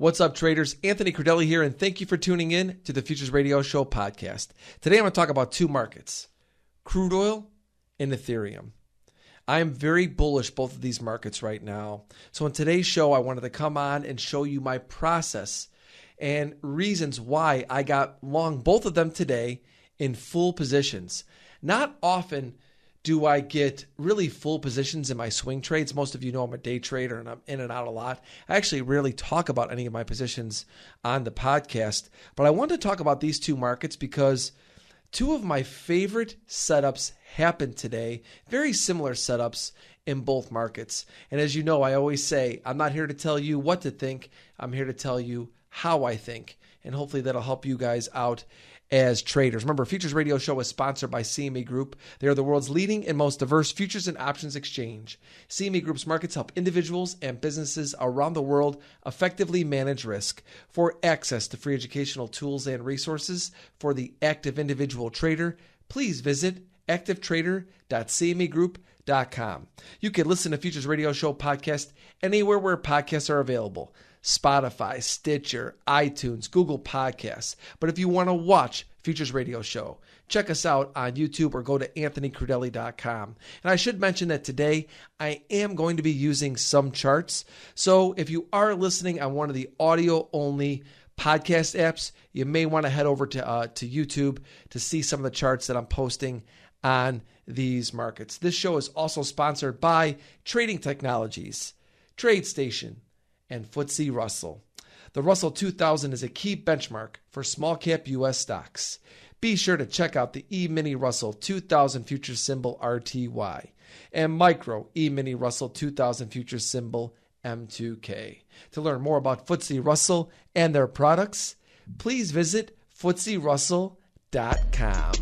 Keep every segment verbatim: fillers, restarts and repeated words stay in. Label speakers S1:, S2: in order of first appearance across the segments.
S1: What's up, traders? Anthony Crudele here, and thank you for tuning in to the Futures Radio Show podcast. Today I'm going to talk about two markets, crude oil and Ethereum. I am very bullish both of these markets right now. So in today's show, I wanted to come on and show you my process and reasons why I got long both of them today in full positions. Not often do I get really full positions in my swing trades. Most of you know I'm a day trader and I'm in and out a lot. I actually rarely talk about any of my positions on the podcast, but I wanted to talk about these two markets because two of my favorite setups happened today, very similar setups in both markets. And as you know, I always say, I'm not here to tell you what to think. I'm here to tell you how I think. And hopefully that'll help you guys out as traders. Remember, Futures Radio Show is sponsored by C M E Group. They are the world's leading and most diverse futures and options exchange. C M E Group's markets help individuals and businesses around the world effectively manage risk. For access to free educational tools and resources for the active individual trader, please visit active trader dot c m e group dot com. You can listen to Futures Radio Show podcast anywhere where podcasts are available. Spotify, Stitcher, iTunes, Google Podcasts. But if you want to watch Futures Radio Show, check us out on YouTube or go to anthony crudele dot com. And I should mention that today I am going to be using some charts. So if you are listening on one of the audio-only podcast apps, you may want to head over to uh, to YouTube to see some of the charts that I'm posting on these markets. This show is also sponsored by Trading Technologies, TradeStation, and F T S E Russell. The Russell two thousand is a key benchmark for small cap U S stocks. Be sure to check out the E-mini Russell two thousand futures symbol R T Y and Micro E-mini Russell two thousand futures symbol M two K. To learn more about F T S E Russell and their products, please visit F T S E russell dot com.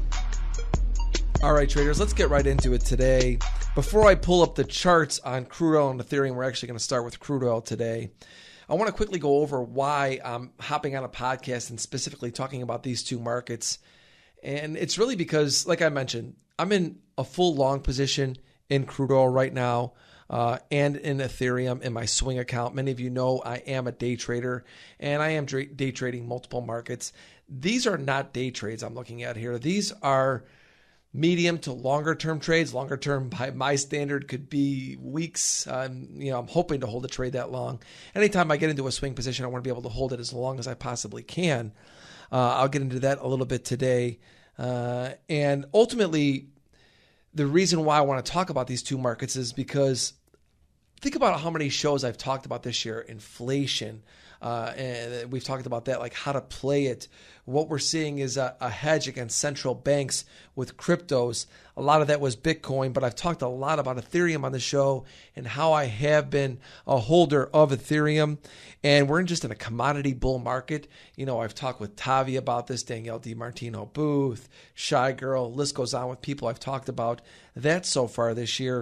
S1: All right, traders, let's get right into it today. Before I pull up the charts on crude oil and Ethereum, we're actually going to start with crude oil today. I want to quickly go over why I'm hopping on a podcast and specifically talking about these two markets. And it's really because, like I mentioned, I'm in a full long position in crude oil right now uh, and in Ethereum in my swing account. Many of you know I am a day trader and I am day trading multiple markets. These are not day trades I'm looking at here. These are medium to longer term trades. Longer term by my standard could be weeks. Um, you know, I'm hoping to hold a trade that long. Anytime I get into a swing position, I want to be able to hold it as long as I possibly can. Uh, I'll get into that a little bit today. Uh, and ultimately, the reason why I want to talk about these two markets is because think about how many shows I've talked about this year. Inflation. Uh, and we've talked about that, like how to play it. What we're seeing is a, a hedge against central banks with cryptos. A lot of that was Bitcoin, but I've talked a lot about Ethereum on the show and how I have been a holder of Ethereum. And we're in just in a commodity bull market. You know, I've talked with Tavi about this, Danielle DiMartino Booth, Shy Girl, list goes on with people I've talked about that so far this year.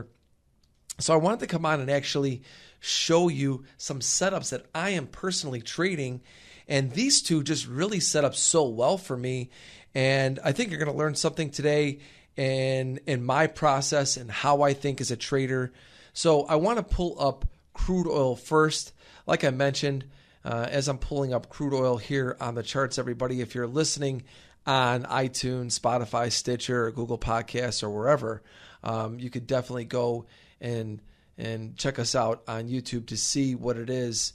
S1: So I wanted to come on and actually show you some setups that I am personally trading. And these two just really set up so well for me. And I think you're going to learn something today in, in my process and how I think as a trader. So I want to pull up crude oil first. Like I mentioned, uh, as I'm pulling up crude oil here on the charts, everybody, if you're listening on iTunes, Spotify, Stitcher, or Google Podcasts, or wherever, um, you could definitely go and and check us out on YouTube to see what it is,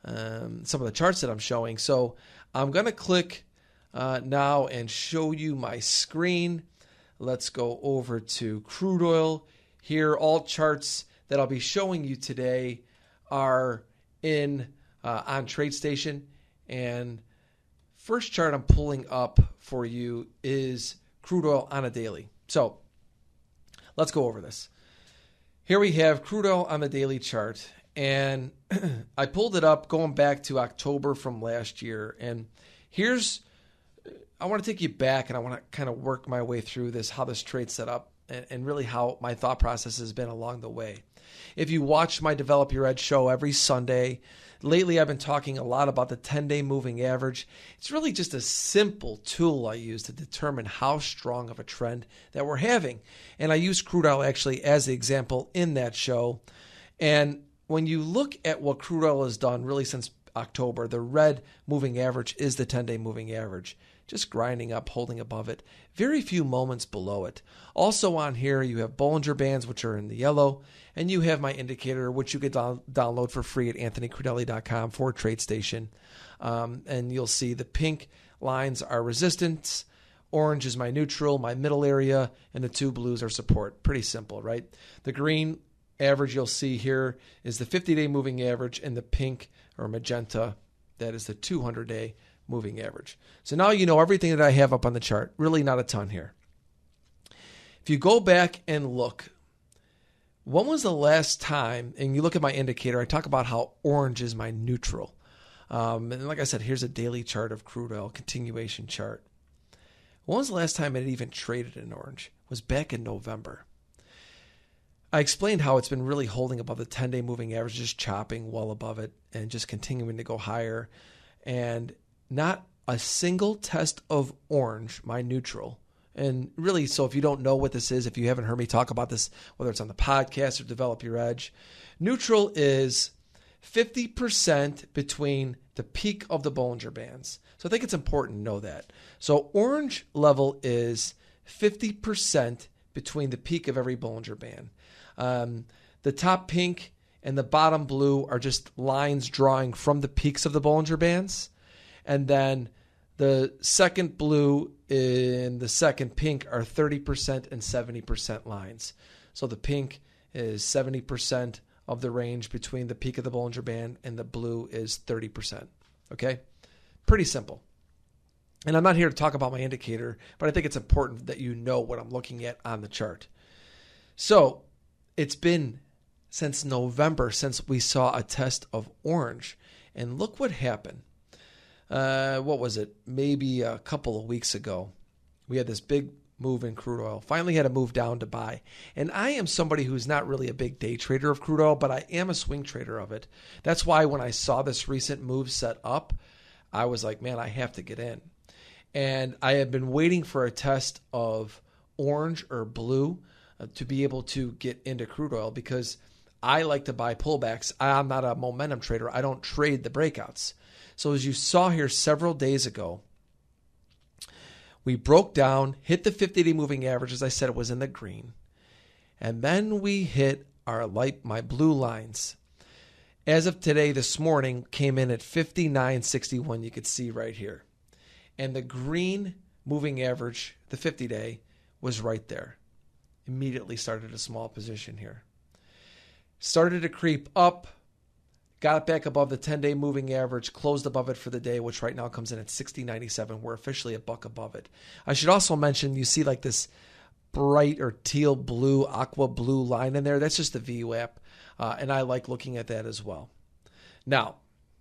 S1: um, some of the charts that I'm showing. So I'm going to click uh, now and show you my screen. Let's go over to crude oil. Here, all charts that I'll be showing you today are in uh, on TradeStation. And first chart I'm pulling up for you is crude oil on a daily. So let's go over this. Here we have crude oil on the daily chart, and I pulled it up going back to October from last year. And here's, I want to take you back and I want to kind of work my way through this, how this trade set up, and, and really how my thought process has been along the way. If you watch my Develop Your Edge show every Sunday, lately I've been talking a lot about the ten-day moving average. It's really just a simple tool I use to determine how strong of a trend that we're having. And I use crude oil actually as the example in that show. And when you look at what crude oil has done really since October. The red moving average is the ten-day moving average. Just grinding up, holding above it. Very few moments below it. Also on here, you have Bollinger Bands, which are in the yellow, and you have my indicator, which you can down- download for free at anthony crudele dot com for TradeStation. Um, and you'll see the pink lines are resistance, orange is my neutral, my middle area, and the two blues are support. Pretty simple, right? The green average you'll see here is the fifty-day moving average, and the pink or magenta, that is the two hundred-day moving average. So now you know everything that I have up on the chart. Really not a ton here. If you go back and look, when was the last time, and you look at my indicator, I talk about how orange is my neutral. Um, and like I said, here's a daily chart of crude oil, continuation chart. When was the last time it even traded in orange? It was back in November. I explained how it's been really holding above the ten-day moving average, just chopping well above it and just continuing to go higher. And not a single test of orange, my neutral. And really, so if you don't know what this is, if you haven't heard me talk about this, whether it's on the podcast or Develop Your Edge, neutral is fifty percent between the peak of the Bollinger Bands. So I think it's important to know that. So orange level is fifty percent between the peak of every Bollinger Band. Um, the top pink and the bottom blue are just lines drawing from the peaks of the Bollinger Bands. And then the second blue and the second pink are thirty percent and seventy percent lines. So the pink is seventy percent of the range between the peak of the Bollinger Band, and the blue is thirty percent. Okay? Pretty simple. And I'm not here to talk about my indicator, but I think it's important that you know what I'm looking at on the chart. So it's been since November since we saw a test of orange. And look what happened. Uh, what was it? Maybe a couple of weeks ago, we had this big move in crude oil. Finally had to move down to buy. And I am somebody who's not really a big day trader of crude oil, but I am a swing trader of it. That's why when I saw this recent move set up, I was like, man, I have to get in. And I have been waiting for a test of orange or blue uh, to be able to get into crude oil, because I like to buy pullbacks. I'm not a momentum trader. I don't trade the breakouts. So as you saw here several days ago, we broke down, hit the fifty-day moving average. As I said, it was in the green. And then we hit our light, my blue lines. As of today, this morning, came in at fifty-nine sixty-one. You could see right here. And the green moving average, the fifty-day, was right there. Immediately started a small position here. Started to creep up. Got back above the ten-day moving average, closed above it for the day, which right now comes in at sixty ninety-seven. We're officially a buck above it. I should also mention, you see like this bright or teal blue, aqua blue line in there. That's just the V WAP, uh, and I like looking at that as well. Now,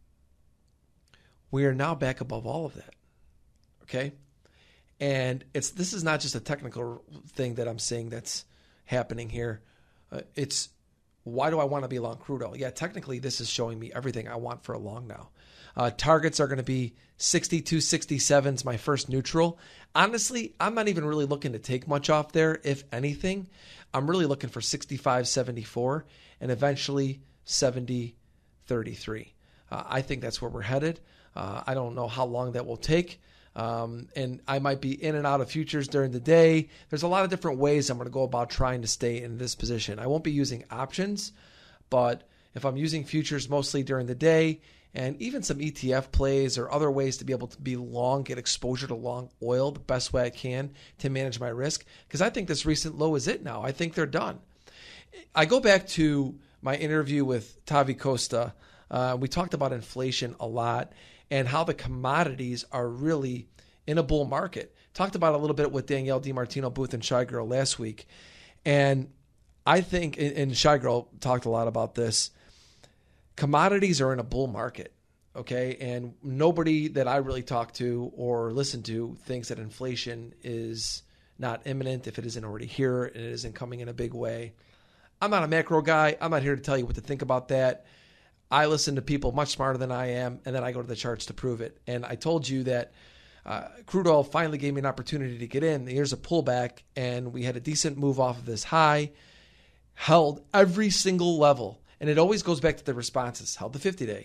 S1: we are now back above all of that, okay? And it's this is not just a technical thing that I'm seeing that's happening here. Uh, it's Why do I want to be long crude oil? Yeah, technically, this is showing me everything I want for a long now. Uh, targets are going to be sixty-two sixty-seven is my first neutral. Honestly, I'm not even really looking to take much off there. If anything, I'm really looking for sixty-five seventy-four and eventually seventy thirty-three. Uh, I think that's where we're headed. Uh, I don't know how long that will take. Um, and I might be in and out of futures during the day. There's a lot of different ways I'm going to go about trying to stay in this position. I won't be using options, but if I'm using futures mostly during the day, and even some E T F plays or other ways to be able to be long, get exposure to long oil the best way I can to manage my risk, because I think this recent low is it now. I think they're done. I go back to my interview with Tavi Costa. Uh, we talked about inflation a lot and how the commodities are really in a bull market. Talked about it a little bit with Danielle DiMartino, Booth, and Shy Girl last week. And I think, and Shy Girl talked a lot about this, commodities are in a bull market, okay? And nobody that I really talk to or listen to thinks that inflation is not imminent if it isn't already here and it isn't coming in a big way. I'm not a macro guy. I'm not here to tell you what to think about that. I listen to people much smarter than I am, and then I go to the charts to prove it. And I told you that uh, crude oil finally gave me an opportunity to get in. Here's a pullback, and we had a decent move off of this high, held every single level. And it always goes back to the responses. Held the fifty-day,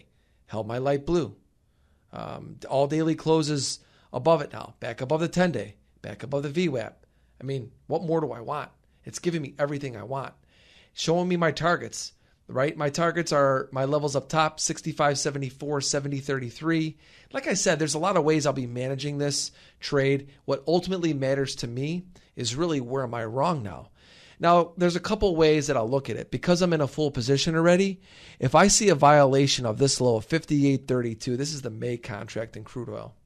S1: held my light blue. Um, all daily closes above it now, back above the ten-day, back above the V WAP. I mean, what more do I want? It's giving me everything I want. Showing me my targets, right? My targets are my levels up top, sixty-five, seventy-four, seventy, thirty-three. Like I said, there's a lot of ways I'll be managing this trade. What ultimately matters to me is really where am I wrong now? Now, there's a couple ways that I'll look at it. Because I'm in a full position already, if I see a violation of this low of fifty-eight thirty-two, this is the May contract in crude oil.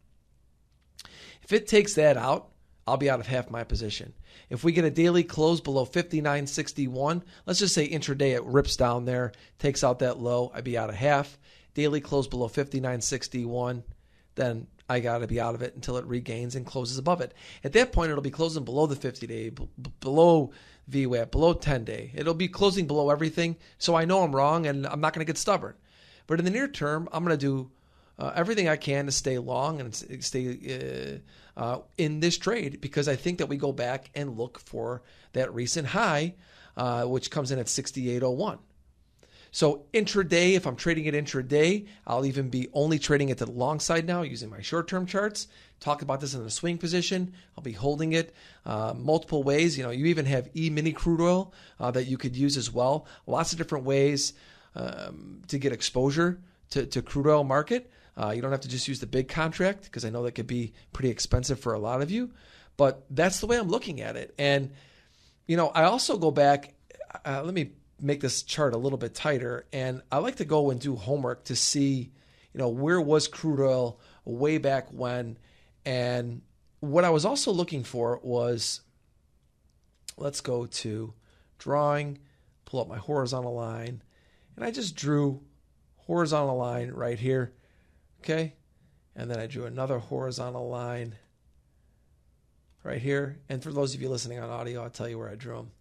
S1: If it takes that out, I'll be out of half my position. If we get a daily close below fifty-nine sixty-one, let's just say intraday it rips down there, takes out that low, I'd be out of half. Daily close below fifty-nine sixty-one, then I got to be out of it until it regains and closes above it. At that point, it'll be closing below the fifty-day, b- below V WAP, below ten-day. It'll be closing below everything, so I know I'm wrong and I'm not going to get stubborn. But in the near term, I'm going to do uh, everything I can to stay long and stay uh, uh, in this trade because I think that we go back and look for that recent high, uh, which comes in at sixty-eight oh one. So intraday, if I'm trading it intraday, I'll even be only trading it to the long side now using my short-term charts. Talk about this in a swing position. I'll be holding it uh, multiple ways. You know, you even have E-mini crude oil uh, that you could use as well. Lots of different ways um, to get exposure to, to crude oil market. Uh, you don't have to just use the big contract because I know that could be pretty expensive for a lot of you. But that's the way I'm looking at it. And, you know, I also go back. Uh, let me make this chart a little bit tighter. And I like to go and do homework to see, you know, where was crude oil way back when. And what I was also looking for was, let's go to drawing, pull up my horizontal line. And I just drew horizontal line right here. Okay. And then I drew another horizontal line right here. And for those of you listening on audio, I'll tell you where I drew them.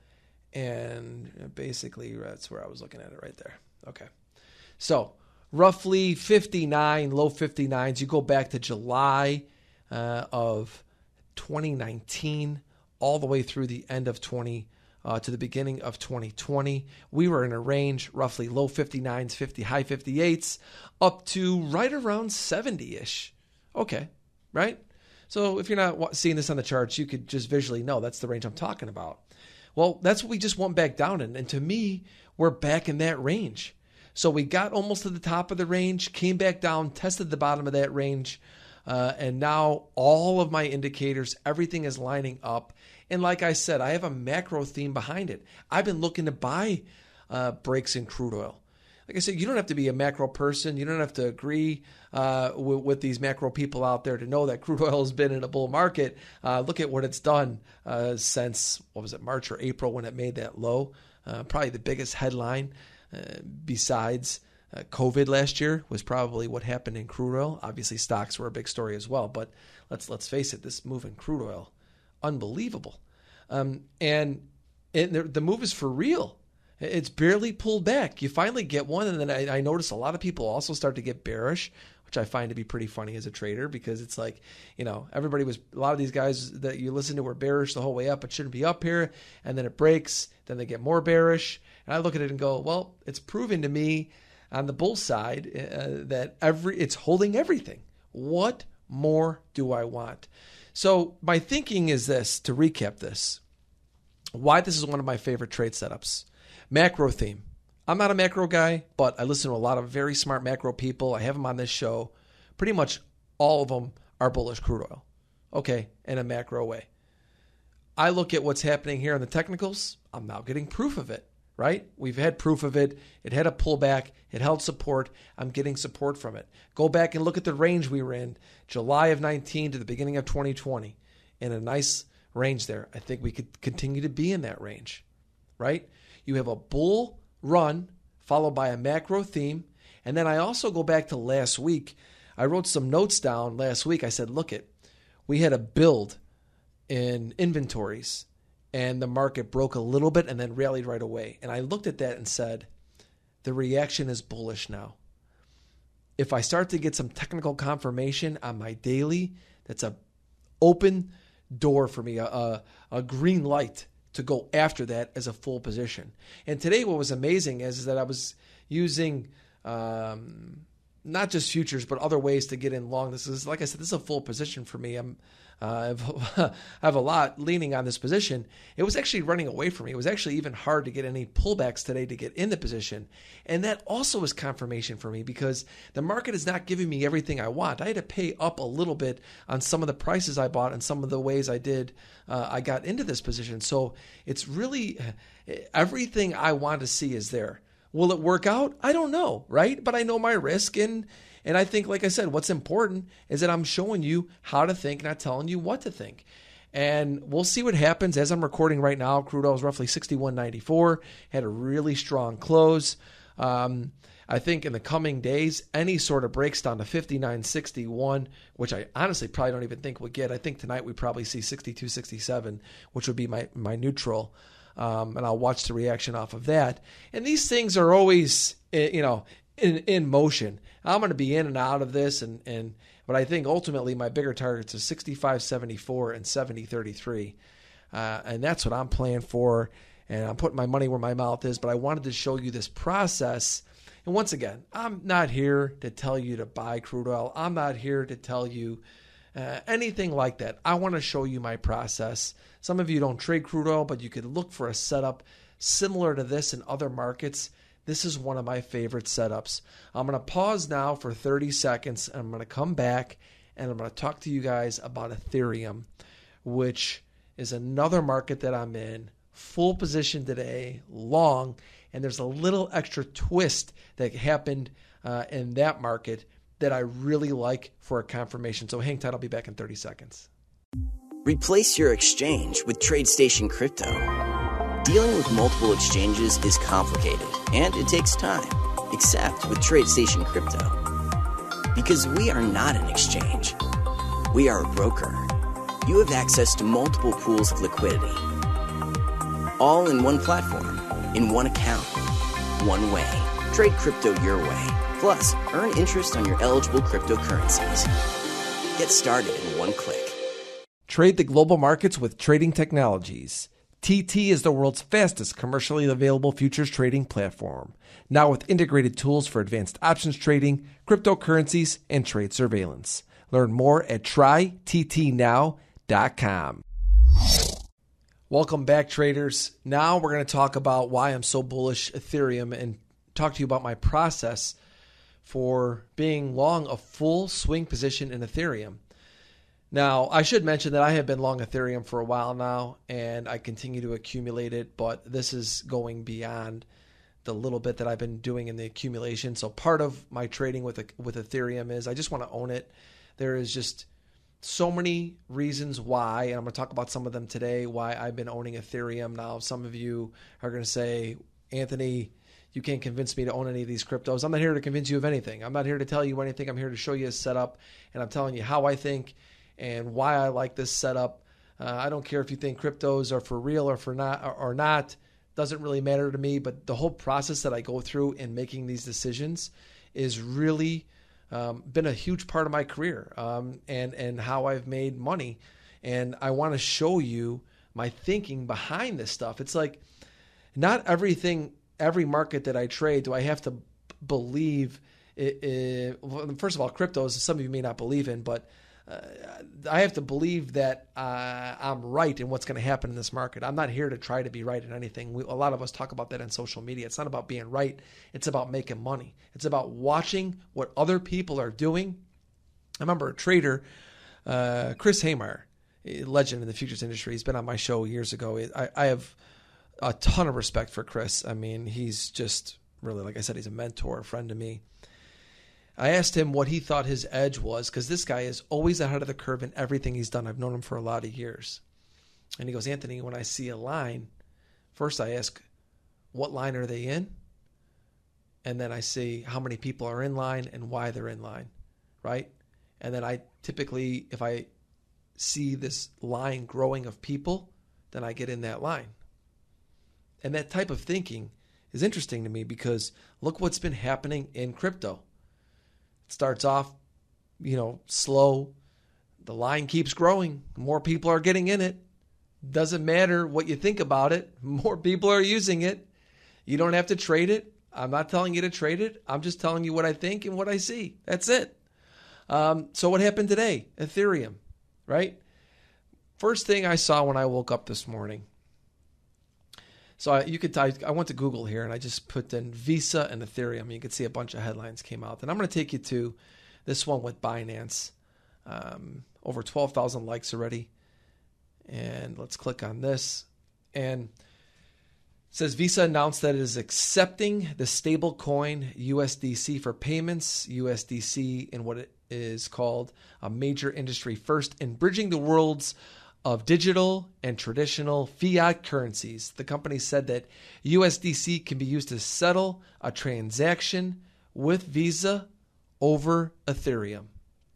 S1: And basically, that's where I was looking at it right there. Okay. So roughly fifty-nine, low fifty-nines. You go back to July uh, of twenty nineteen, all the way through the end of twenty uh, to the beginning of twenty twenty. We were in a range roughly low fifty-nines, fifty, high fifty-eights, up to right around seventy-ish. Okay, right? So if you're not seeing this on the charts, you could just visually know that's the range I'm talking about. Well, that's what we just went back down in. And to me, we're back in that range. So we got almost to the top of the range, came back down, tested the bottom of that range. Uh, and now all of my indicators, everything is lining up. And like I said, I have a macro theme behind it. I've been looking to buy uh, breaks in crude oil. Like I said, you don't have to be a macro person. You don't have to agree uh, with, with these macro people out there to know that crude oil has been in a bull market. Uh, look at what it's done uh, since, what was it, March or April when it made that low. Uh, probably the biggest headline uh, besides uh, COVID last year was probably what happened in crude oil. Obviously, stocks were a big story as well. But let's let's face it, this move in crude oil, unbelievable. Um, and it, the move is for real. It's barely pulled back. You finally get one, and then I, I notice a lot of people also start to get bearish, which I find to be pretty funny as a trader because it's like, you know, everybody was, a lot of these guys that you listen to were bearish the whole way up. It shouldn't be up here, and then it breaks. Then they get more bearish. And I look at it and go, well, it's proven to me on the bull side uh, that every it's holding everything. What more do I want? So my thinking is this, to recap this, why this is one of my favorite trade setups. Macro theme. I'm not a macro guy, but I listen to a lot of very smart macro people. I have them on this show. Pretty much all of them are bullish crude oil. Okay, in a macro way. I look at what's happening here in the technicals. I'm now getting proof of it, right? We've had proof of it. It had a pullback. It held support. I'm getting support from it. Go back and look at the range we were in, July of nineteen to the beginning of twenty twenty. In a nice range there. I think we could continue to be in that range, right? You have a bull run followed by a macro theme. And then I also go back to last week. I wrote some notes down last week. I said, look it, we had a build in inventories and the market broke a little bit and then rallied right away. And I looked at that and said, the reaction is bullish now. If I start to get some technical confirmation on my daily, that's a open door for me, a, a, a green light to go after that as a full position. And today what was amazing is, is that I was using um, not just futures, but other ways to get in long. This is, like I said, this is a full position for me. I'm, uh, I've, I have a lot leaning on this position. It was actually running away from me. It was actually even hard to get any pullbacks today to get in the position. And that also is confirmation for me because the market is not giving me everything I want. I had to pay up a little bit on some of the prices I bought and some of the ways I did, uh, I got into this position. So it's really everything I want to see is there. Will it work out? I don't know, right? But I know my risk. And and I think, like I said, what's important is that I'm showing you how to think, not telling you what to think. And we'll see what happens. As I'm recording right now, crude oil is roughly sixty-one ninety-four, had a really strong close. Um, I think in the coming days, any sort of breaks down to fifty-nine sixty-one, which I honestly probably don't even think we'll get. I think tonight we probably see sixty-two sixty-seven, which would be my, my neutral. Um, and I'll watch the reaction off of that. And these things are always, you know, in, in motion. I'm going to be in and out of this, and, and but I think ultimately my bigger targets are sixty-five seventy-four and seventy thirty-three. Uh, and that's what I'm playing for, and I'm putting my money where my mouth is. But I wanted to show you this process. And once again, I'm not here to tell you to buy crude oil. I'm not here to tell you Uh, anything like that. I want to show you my process. Some of you don't trade crude oil, but you could look for a setup similar to this in other markets. This is one of my favorite setups. I'm going to pause now for thirty seconds, and I'm going to come back, and I'm going to talk to you guys about Ethereum, which is another market that I'm in. Full position today, long, and there's a little extra twist that happened uh, in that market that I really like for a confirmation. So hang tight, I'll be back in thirty seconds.
S2: Replace your exchange with TradeStation Crypto. Dealing with multiple exchanges is complicated and it takes time, except with TradeStation Crypto. Because we are not an exchange. We are a broker. You have access to multiple pools of liquidity. All in one platform, in one account, one way. Trade crypto your way. Plus, earn interest on your eligible cryptocurrencies. Get started in one click.
S1: Trade the global markets with Trading Technologies. T T is the world's fastest commercially available futures trading platform, now with integrated tools for advanced options trading, cryptocurrencies, and trade surveillance. Learn more at try t t now dot com. Welcome back, traders. Now we're going to talk about why I'm so bullish Ethereum and talk to you about my process for being long a full swing position in Ethereum. Now, I should mention that I have been long Ethereum for a while now, and I continue to accumulate it, but this is going beyond the little bit that I've been doing in the accumulation. So part of my trading with with Ethereum is I just want to own it. There is just so many reasons why, and I'm going to talk about some of them today, why I've been owning Ethereum. Now, some of you are going to say, Anthony, you can't convince me to own any of these cryptos. I'm not here to convince you of anything. I'm not here to tell you anything. I'm here to show you a setup, and I'm telling you how I think and why I like this setup. Uh, I don't care if you think cryptos are for real or for not or, or not. Doesn't really matter to me. But the whole process that I go through in making these decisions is really um, been a huge part of my career um, and and how I've made money. And I want to show you my thinking behind this stuff. It's like not everything. Every market that I trade, do I have to believe it, it, well, first of all, cryptos, some of you may not believe in, but uh, I have to believe that uh, I'm right in what's going to happen in this market. I'm not here to try to be right in anything. We, a lot of us talk about that on social media. It's not about being right. It's about making money. It's about watching what other people are doing. I remember a trader, uh, Chris Haymeyer, a legend in the futures industry. He's been on my show years ago. I, I have a ton of respect for Chris. I mean, he's just really, like I said, he's a mentor, a friend to me. I asked him what he thought his edge was, because this guy is always ahead of the curve in everything he's done. I've known him for a lot of years. And he goes, Anthony, when I see a line, first I ask, what line are they in? And then I see how many people are in line and why they're in line, right? And then I typically, if I see this line growing of people, then I get in that line. And that type of thinking is interesting to me because look what's been happening in crypto. It starts off, you know, slow. The line keeps growing. More people are getting in it. Doesn't matter what you think about it. More people are using it. You don't have to trade it. I'm not telling you to trade it. I'm just telling you what I think and what I see. That's it. Um, so what happened today? Ethereum, right? First thing I saw when I woke up this morning. So I, you could I, I went to Google here and I just put in Visa and Ethereum. You could see a bunch of headlines came out. And I'm going to take you to this one with Binance. Um, over twelve thousand likes already. And let's click on this. And it says Visa announced that it is accepting the stable coin U S D C for payments. U S D C in what it is called a major industry first in bridging the worlds of digital and traditional fiat currencies. The company said that U S D C can be used to settle a transaction with Visa over Ethereum.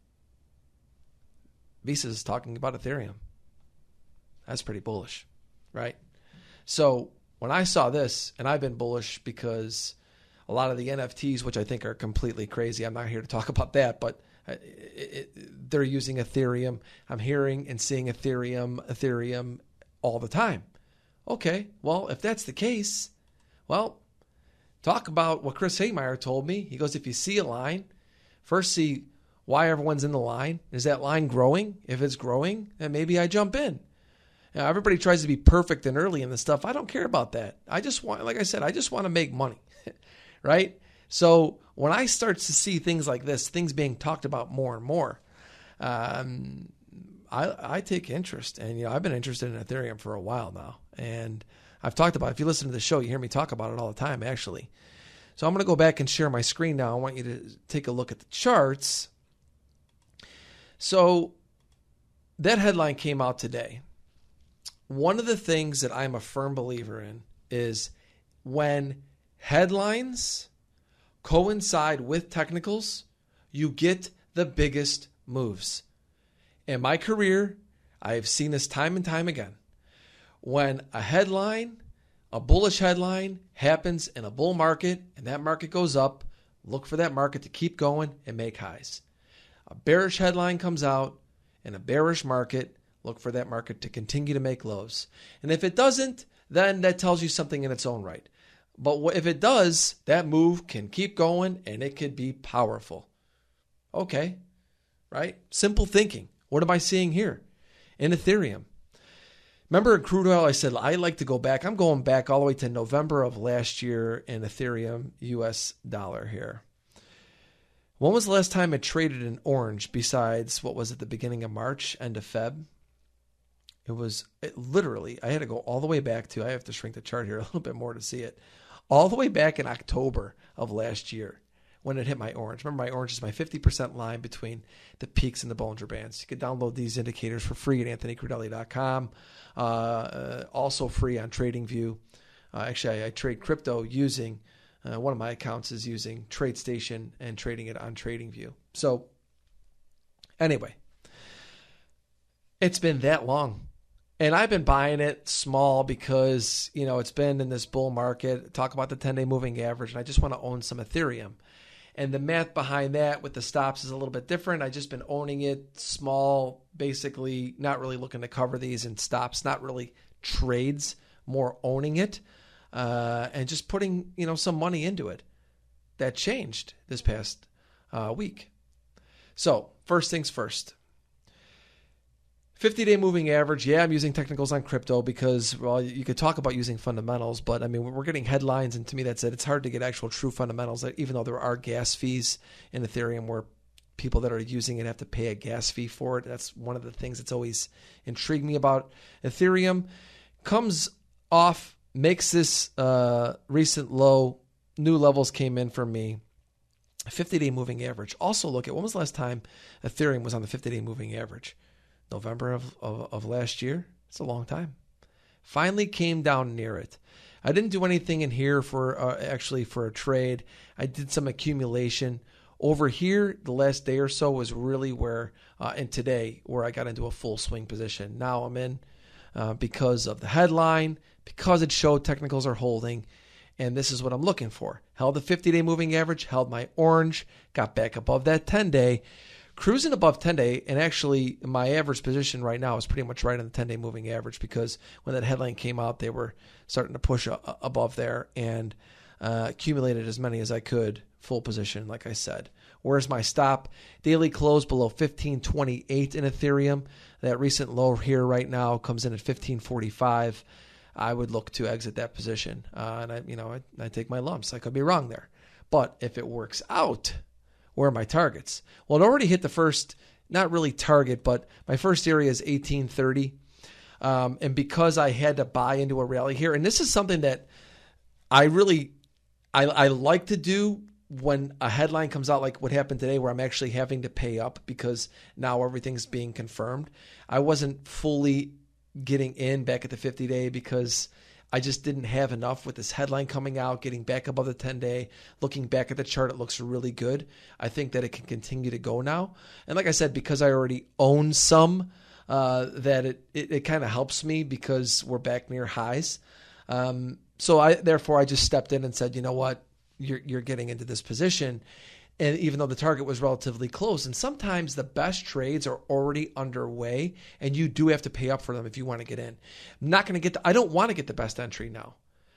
S1: Visa is talking about Ethereum. That's pretty bullish, right? So when I saw this, and I've been bullish because a lot of the N F Ts, which I think are completely crazy, I'm not here to talk about that, but It, it, they're using Ethereum. I'm hearing and seeing Ethereum, Ethereum all the time. Okay, well, if that's the case, well, talk about what Chris Haymeyer told me. He goes, if you see a line, first see why everyone's in the line. Is that line growing? If it's growing, then maybe I jump in. Now, everybody tries to be perfect and early in this stuff. I don't care about that. I just want, like I said, I just want to make money, right? So when I start to see things like this, things being talked about more and more, um, I, I take interest. And, you know, I've been interested in Ethereum for a while now. And I've talked about it. If you listen to the show, you hear me talk about it all the time, actually. So I'm going to go back and share my screen now. I want you to take a look at the charts. So that headline came out today. One of the things that I'm a firm believer in is when headlines coincide with technicals, you get the biggest moves. In my career, I have seen this time and time again. When a headline, a bullish headline happens in a bull market and that market goes up, look for that market to keep going and make highs. A bearish headline comes out in a bearish market, look for that market to continue to make lows. And if it doesn't, then that tells you something in its own right. But if it does, that move can keep going and it could be powerful. Okay, right? Simple thinking. What am I seeing here? In Ethereum. Remember in crude oil, I said I like to go back. I'm going back all the way to November of last year in Ethereum U S dollar here. When was the last time it traded in orange besides, what was it, the beginning of March, end of Feb? It was it literally, I had to go all the way back to, I have to shrink the chart here a little bit more to see it, all the way back in October of last year when it hit my orange. Remember, my orange is my fifty percent line between the peaks and the Bollinger Bands. You can download these indicators for free at anthony crudele dot com. Uh, uh, also free on TradingView. Uh, actually, I, I trade crypto using, uh, one of my accounts is using TradeStation and trading it on TradingView. So anyway, it's been that long. And I've been buying it small because, you know, it's been in this bull market. Talk about the ten-day moving average, and I just want to own some Ethereum. And the math behind that with the stops is a little bit different. I've just been owning it small, basically not really looking to cover these in stops, not really trades, more owning it uh, and just putting, you know, some money into it. That changed this past uh, week. So first things first. fifty-day moving average, yeah, I'm using technicals on crypto because, well, you could talk about using fundamentals, but, I mean, we're getting headlines, and to me that's it. It's hard to get actual true fundamentals, even though there are gas fees in Ethereum where people that are using it have to pay a gas fee for it. That's one of the things that's always intrigued me about Ethereum. Comes off, makes this uh, recent low, new levels came in for me. fifty-day moving average. Also look at, when was the last time Ethereum was on the fifty-day moving average? November of, of, of last year. It's a long time. Finally came down near it. I didn't do anything in here for uh, actually for a trade. I did some accumulation. Over here, the last day or so was really where, uh, and today, where I got into a full swing position. Now I'm in uh, because of the headline, because it showed technicals are holding, and this is what I'm looking for. Held the fifty-day moving average, held my orange, got back above that ten-day, cruising above ten-day, and actually my average position right now is pretty much right on the ten-day moving average because when that headline came out, they were starting to push a, a, above there, and uh, accumulated as many as I could, full position, like I said. Where's my stop? Daily close below fifteen twenty-eight in Ethereum. That recent low here right now comes in at fifteen forty-five. I would look to exit that position. Uh, and I, you know, I, I take my lumps. I could be wrong there. But if it works out, where are my targets? Well, it already hit the first, not really target, but my first area is eighteen thirty. Um, and because I had to buy into a rally here, and this is something that I really, I, I like to do when a headline comes out like what happened today, where I'm actually having to pay up because now everything's being confirmed. I wasn't fully getting in back at the fifty day because I just didn't have enough with this headline coming out, getting back above the ten day, looking back at the chart, it looks really good. I think that it can continue to go now. And like I said, because I already own some, uh, that it, it, it kind of helps me because we're back near highs. Um, so I, therefore I just stepped in and said, you know what, you're, you're getting into this position. And even though the target was relatively close, and sometimes the best trades are already underway, and you do have to pay up for them if you want to get in. I'm not going to get. The, I don't want to get the best entry now,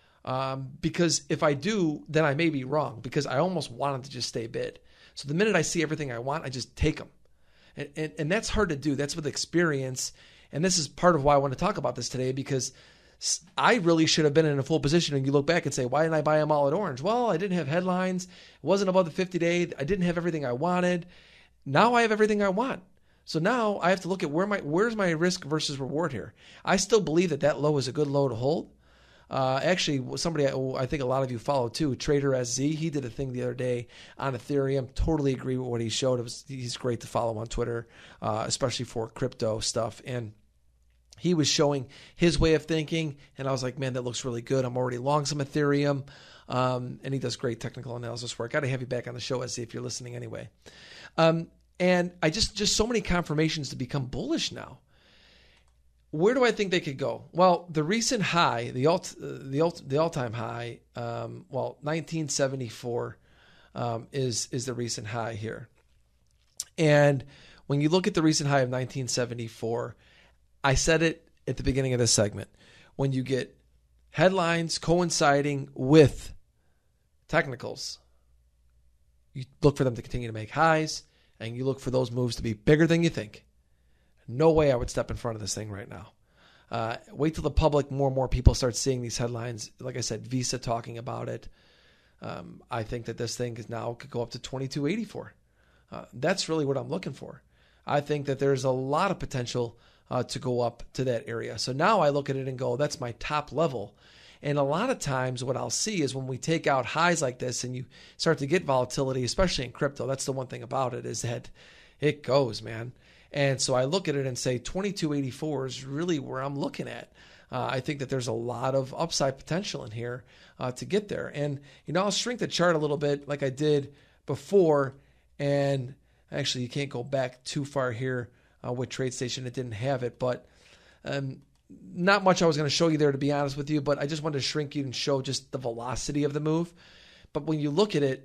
S1: um, because if I do, then I may be wrong. Because I almost wanted to just stay bid. So the minute I see everything I want, I just take them, and and, and that's hard to do. That's with experience, and this is part of why I want to talk about this today, because I really should have been in a full position, and you look back and say, why didn't I buy them all at orange? Well, I didn't have headlines. It wasn't above the fifty day. I didn't have everything I wanted. Now I have everything I want. So now I have to look at where my where's my risk versus reward here. I still believe that that low is a good low to hold. Uh, actually, somebody I think a lot of you follow too, Trader S Z, he did a thing the other day on Ethereum. Totally agree with what he showed. It was, he's great to follow on Twitter, uh, especially for crypto stuff. And he was showing his way of thinking, and I was like, man, that looks really good. I'm already long some Ethereum, um, and he does great technical analysis work. Got to have you back on the show, S Z, if you're listening anyway. Um, and I just, just so many confirmations to become bullish now. Where do I think they could go? Well, the recent high, the alt, the alt, the all-time high, um, well, nineteen seventy-four um, is is the recent high here. And when you look at the recent high of nineteen seventy-four, I said it at the beginning of this segment. When you get headlines coinciding with technicals, you look for them to continue to make highs, and you look for those moves to be bigger than you think. No way I would step in front of this thing right now. Uh, wait till the public, more and more people start seeing these headlines. Like I said, Visa talking about it. Um, I think that this thing is now could go up to twenty-two eighty-four. Uh, that's really what I'm looking for. I think that there's a lot of potential Uh, to go up to that area. So now I look at it and go, that's my top level. And a lot of times what I'll see is when we take out highs like this and you start to get volatility, especially in crypto, that's the one thing about it is that it goes, man. And so I look at it and say twenty-two eighty-four is really where I'm looking at. Uh, I think that there's a lot of upside potential in here uh, to get there. And, you know, I'll shrink the chart a little bit like I did before. And actually, you can't go back too far here. Uh, with TradeStation, it didn't have it, but um, not much I was going to show you there, to be honest with you, but I just wanted to shrink you and show just the velocity of the move. But when you look at it,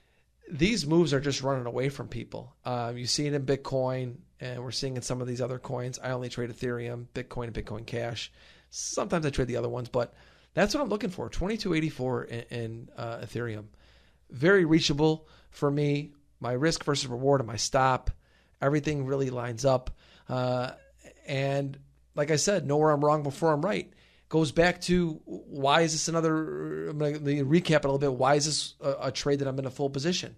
S1: these moves are just running away from people. Uh, you see it in Bitcoin, and we're seeing it in some of these other coins. I only trade Ethereum, Bitcoin, and Bitcoin Cash. Sometimes I trade the other ones, but that's what I'm looking for, twenty-two eighty-four in, in uh, Ethereum. Very reachable for me, my risk versus reward and my stop. Everything really lines up. Uh, and like I said, know where I'm wrong before I'm right. Goes back to why is this another, I'm going to recap it a little bit. Why is this a, a trade that I'm in a full position?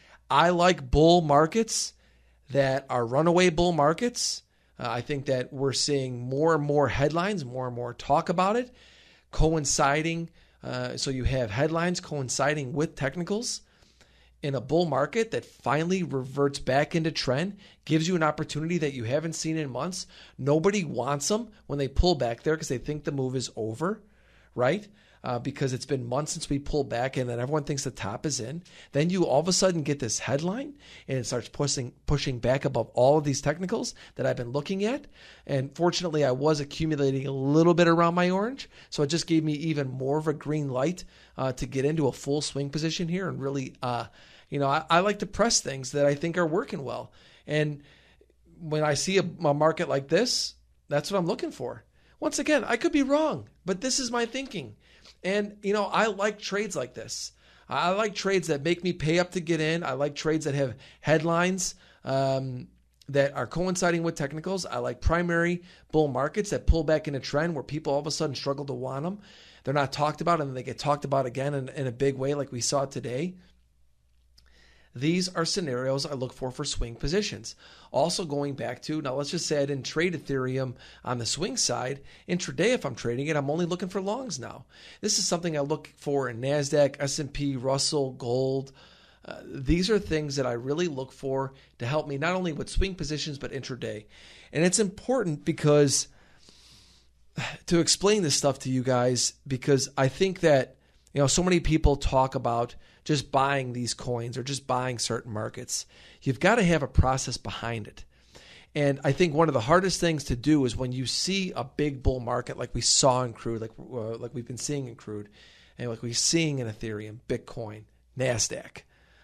S1: I like bull markets that are runaway bull markets. Uh, I think that we're seeing more and more headlines, more and more talk about it, coinciding. Uh, so you have headlines coinciding with technicals. In a bull market that finally reverts back into trend, gives you an opportunity that you haven't seen in months. Nobody wants them when they pull back there because they think the move is over, right? Uh, because it's been months since we pulled back and then everyone thinks the top is in. Then you all of a sudden get this headline and it starts pushing pushing back above all of these technicals that I've been looking at. And fortunately, I was accumulating a little bit around my orange. So it just gave me even more of a green light uh, to get into a full swing position here and really, uh, you know, I, I like to press things that I think are working well. And when I see a, a market like this, that's what I'm looking for. Once again, I could be wrong, but this is my thinking. And, you know, I like trades like this. I like trades that make me pay up to get in. I like trades that have headlines um, that are coinciding with technicals. I like primary bull markets that pull back in a trend where people all of a sudden struggle to want them. They're not talked about, and then they get talked about again in, in a big way like we saw today. These are scenarios I look for for swing positions. Also going back to, now let's just say I didn't trade Ethereum on the swing side. Intraday, if I'm trading it, I'm only looking for longs now. This is something I look for in NASDAQ, S and P, Russell, gold. Uh, these are things that I really look for to help me not only with swing positions, but intraday. And it's important because to explain this stuff to you guys, because I think that, you know, so many people talk about just buying these coins or just buying certain markets. You've got to have a process behind it. And I think one of the hardest things to do is when you see a big bull market like we saw in crude, like uh, like we've been seeing in crude, and like we're seeing in Ethereum, Bitcoin, NASDAQ,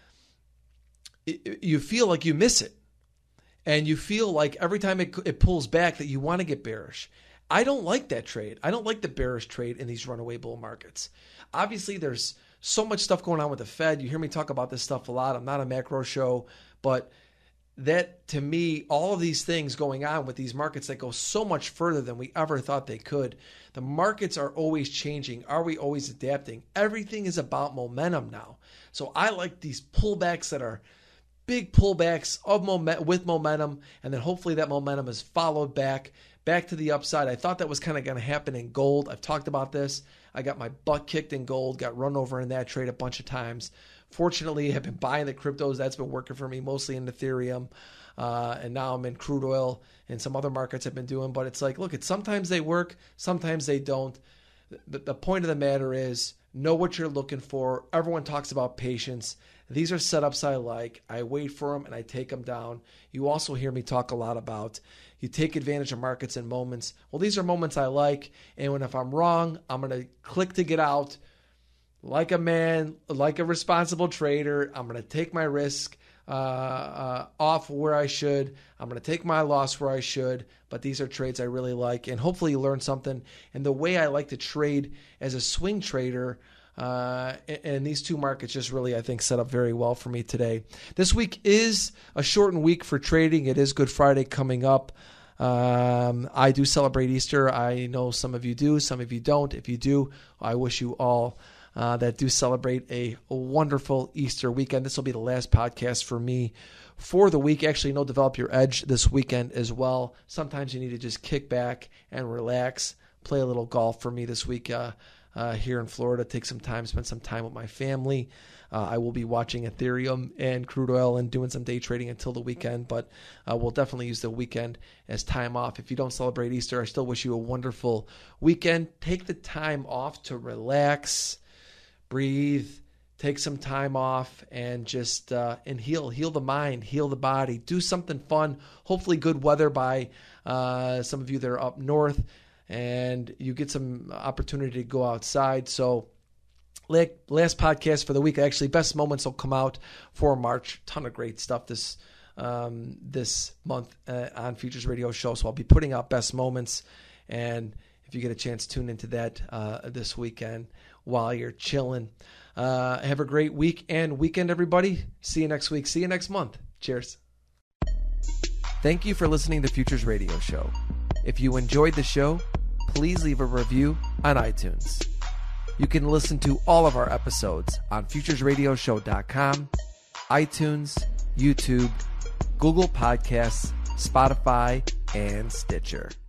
S1: it, you feel like you miss it. And you feel like every time it, it pulls back that you want to get bearish. I don't like that trade. I don't like the bearish trade in these runaway bull markets. Obviously, there's so much stuff going on with the Fed. You hear me talk about this stuff a lot. I'm not a macro show, but that, to me, all of these things going on with these markets that go so much further than we ever thought they could. The markets are always changing. Are we always adapting? Everything is about momentum now. So I like these pullbacks that are big pullbacks of moment with momentum, and then hopefully that momentum is followed back, back to the upside. I thought that was kind of going to happen in gold. I've talked about this. I got my butt kicked in gold, got run over in that trade a bunch of times. Fortunately, I've been buying the cryptos. That's been working for me, mostly in Ethereum. Uh, and now I'm in crude oil and some other markets I've been doing. But it's like, look, it's sometimes they work, sometimes they don't. The, the point of the matter is know what you're looking for. Everyone talks about patience. These are setups I like. I wait for them and I take them down. You also hear me talk a lot about you take advantage of markets and moments. Well, these are moments I like. And when if I'm wrong, I'm going to click to get out like a man, like a responsible trader. I'm going to take my risk uh, uh, off where I should. I'm going to take my loss where I should. But these are trades I really like. And hopefully you learn something. And the way I like to trade as a swing trader, Uh, and these two markets just really, I think, set up very well for me today. This week is a shortened week for trading. It is Good Friday coming up. Um, I do celebrate Easter. I know some of you do, some of you don't. If you do, I wish you all uh, that do celebrate a, a wonderful Easter weekend. This will be the last podcast for me for the week. Actually, no Develop Your Edge this weekend as well. Sometimes you need to just kick back and relax, play a little golf for me this week. Uh, Uh, here in Florida, take some time, spend some time with my family. Uh, I will be watching Ethereum and crude oil and doing some day trading until the weekend, but uh, we'll definitely use the weekend as time off. If you don't celebrate Easter, I still wish you a wonderful weekend. Take the time off to relax, breathe, take some time off, and just uh, and heal, heal the mind, heal the body, do something fun. Hopefully good weather by uh, some of you that are up north, and you get some opportunity to go outside. So last podcast for the week, actually, best moments will come out for March. Ton of great stuff this um, this month uh, on Futures Radio Show. So I'll be putting out best moments. And if you get a chance, tune into that uh, this weekend while you're chilling. Uh, have a great week and weekend, everybody. See you next week. See you next month. Cheers. Thank you for listening to Futures Radio Show. If you enjoyed the show, please leave a review on iTunes. You can listen to all of our episodes on futures radio show dot com, iTunes, YouTube, Google Podcasts, Spotify, and Stitcher.